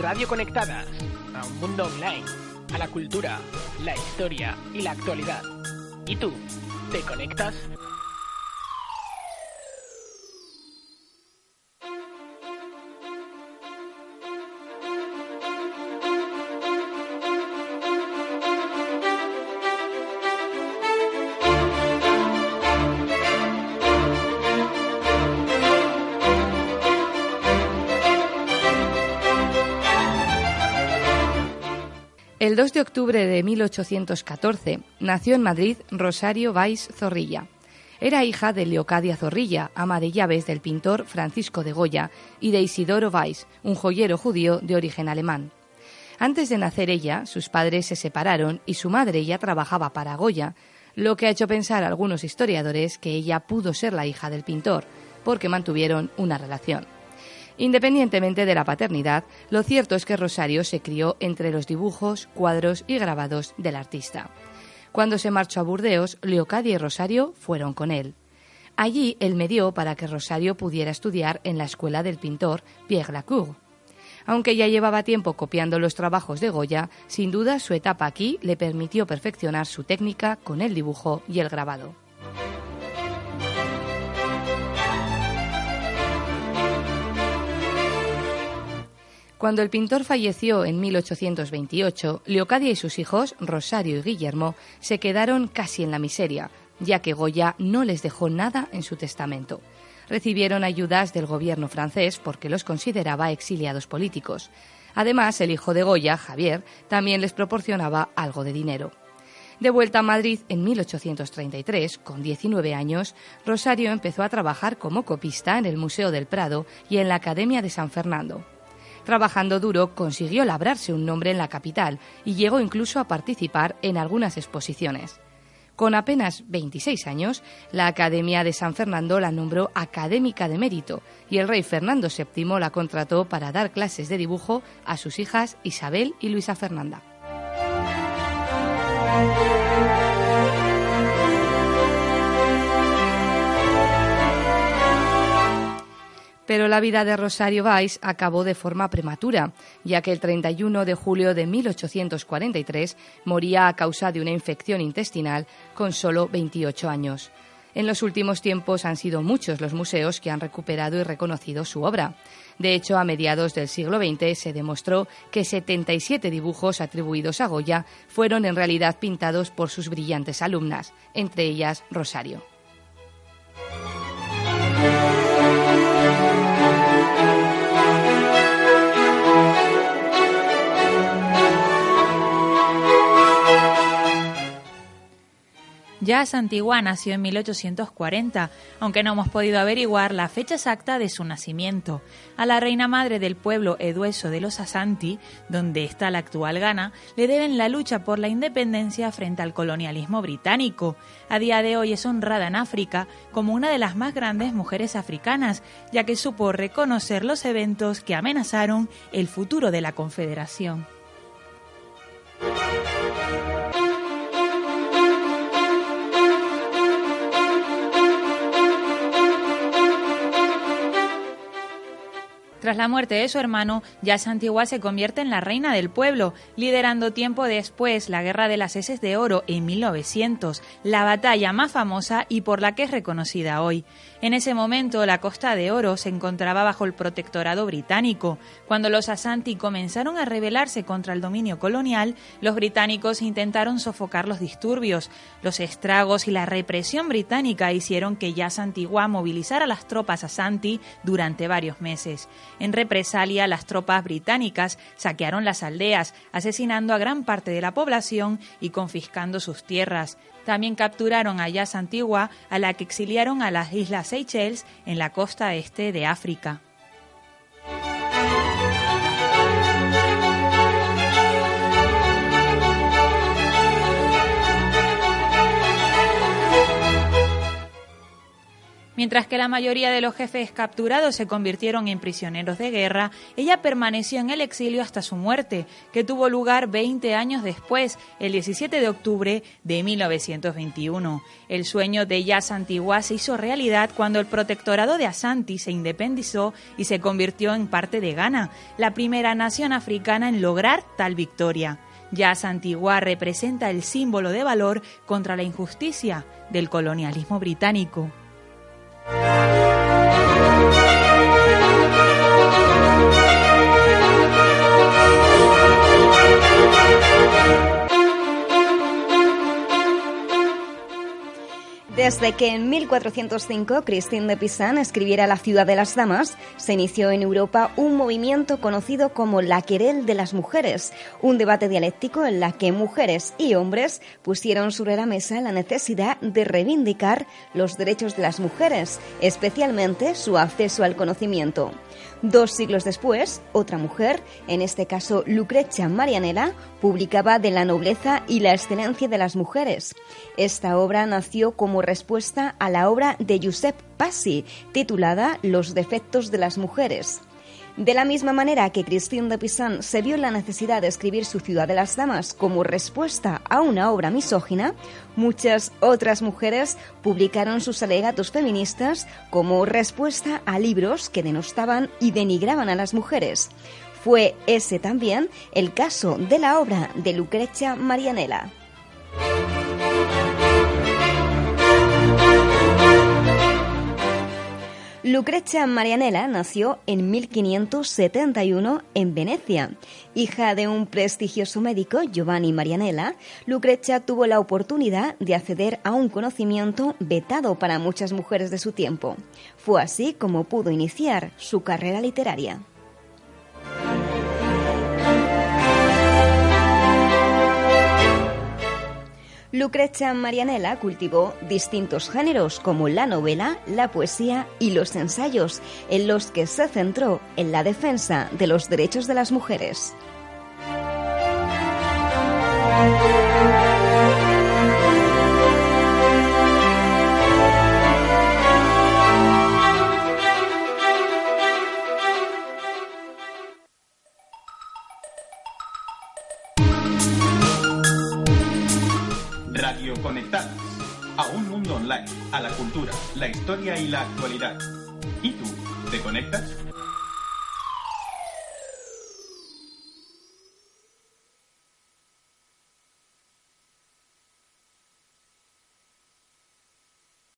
Radio Conectadas, a un mundo online, a la cultura, la historia y la actualidad. ¿Y tú, te conectas? El 2 de octubre de 1814 nació en Madrid Rosario Valls Zorrilla. Era hija de Leocadia Zorrilla, ama de llaves del pintor Francisco de Goya, y de Isidoro Valls, un joyero judío de origen alemán. Antes de nacer ella, sus padres se separaron y su madre ya trabajaba para Goya, lo que ha hecho pensar a algunos historiadores que ella pudo ser la hija del pintor, porque mantuvieron una relación. Independientemente de la paternidad, lo cierto es que Rosario se crió entre los dibujos, cuadros y grabados del artista. Cuando se marchó a Burdeos, Leocadia y Rosario fueron con él. Allí él medió para que Rosario pudiera estudiar en la escuela del pintor Pierre Lacour. Aunque ya llevaba tiempo copiando los trabajos de Goya, sin duda su etapa aquí le permitió perfeccionar su técnica con el dibujo y el grabado. Cuando el pintor falleció en 1828, Leocadia y sus hijos, Rosario y Guillermo, se quedaron casi en la miseria, ya que Goya no les dejó nada en su testamento. Recibieron ayudas del gobierno francés porque los consideraba exiliados políticos. Además, el hijo de Goya, Javier, también les proporcionaba algo de dinero. De vuelta a Madrid en 1833, con 19 años, Rosario empezó a trabajar como copista en el Museo del Prado y en la Academia de San Fernando. Trabajando duro, consiguió labrarse un nombre en la capital y llegó incluso a participar en algunas exposiciones. Con apenas 26 años, la Academia de San Fernando la nombró académica de mérito y el rey Fernando VII la contrató para dar clases de dibujo a sus hijas Isabel y Luisa Fernanda. Pero la vida de Rosario Valls acabó de forma prematura, ya que el 31 de julio de 1843 moría a causa de una infección intestinal con solo 28 años. En los últimos tiempos han sido muchos los museos que han recuperado y reconocido su obra. De hecho, a mediados del siglo XX se demostró que 77 dibujos atribuidos a Goya fueron en realidad pintados por sus brillantes alumnas, entre ellas Rosario. Ya Santigua nació en 1840, aunque no hemos podido averiguar la fecha exacta de su nacimiento. A la reina madre del pueblo Edueso de los Asanti, donde está la actual Ghana, le deben la lucha por la independencia frente al colonialismo británico. A día de hoy es honrada en África como una de las más grandes mujeres africanas, ya que supo reconocer los eventos que amenazaron el futuro de la Confederación. Tras la muerte de su hermano, ya Santigua se convierte en la reina del pueblo, liderando tiempo después la Guerra de las Heces de Oro en 1900, la batalla más famosa y por la que es reconocida hoy. En ese momento, la Costa de Oro se encontraba bajo el protectorado británico. Cuando los Asanti comenzaron a rebelarse contra el dominio colonial, los británicos intentaron sofocar los disturbios. Los estragos y la represión británica hicieron que ya Santigua movilizara a las tropas Asanti durante varios meses. En represalia, las tropas británicas saquearon las aldeas, asesinando a gran parte de la población y confiscando sus tierras. También capturaron a Yas Antigua, a la que exiliaron a las Islas Seychelles en la costa este de África. Mientras que la mayoría de los jefes capturados se convirtieron en prisioneros de guerra, ella permaneció en el exilio hasta su muerte, que tuvo lugar 20 años después, el 17 de octubre de 1921. El sueño de Yas Antigua se hizo realidad cuando el protectorado de Asante se independizó y se convirtió en parte de Ghana, la primera nación africana en lograr tal victoria. Yas Antigua representa el símbolo de valor contra la injusticia del colonialismo británico. Desde que en 1405 Christine de Pisan escribiera La ciudad de las damas, se inició en Europa un movimiento conocido como la querelle de las mujeres, un debate dialéctico en la que mujeres y hombres pusieron sobre la mesa la necesidad de reivindicar los derechos de las mujeres, especialmente su acceso al conocimiento. 2 siglos después, otra mujer, en este caso Lucrezia Marianella, publicaba De la nobleza y la excelencia de las mujeres. Esta obra nació como respuesta a la obra de Josep Passy, titulada Los defectos de las mujeres. De la misma manera que Christine de Pisan se vio la necesidad de escribir su Ciudad de las Damas como respuesta a una obra misógina, muchas otras mujeres publicaron sus alegatos feministas como respuesta a libros que denostaban y denigraban a las mujeres. Fue ese también el caso de la obra de Lucrezia Marianella. Lucrezia Marianella nació en 1571 en Venecia. Hija de un prestigioso médico, Giovanni Marianella, Lucrezia tuvo la oportunidad de acceder a un conocimiento vetado para muchas mujeres de su tiempo. Fue así como pudo iniciar su carrera literaria. Lucrezia Marianella cultivó distintos géneros como la novela, la poesía y los ensayos, en los que se centró en la defensa de los derechos de las mujeres. Radio Conectadas, a un mundo online, a la cultura, la historia y la actualidad. ¿Y tú, te conectas?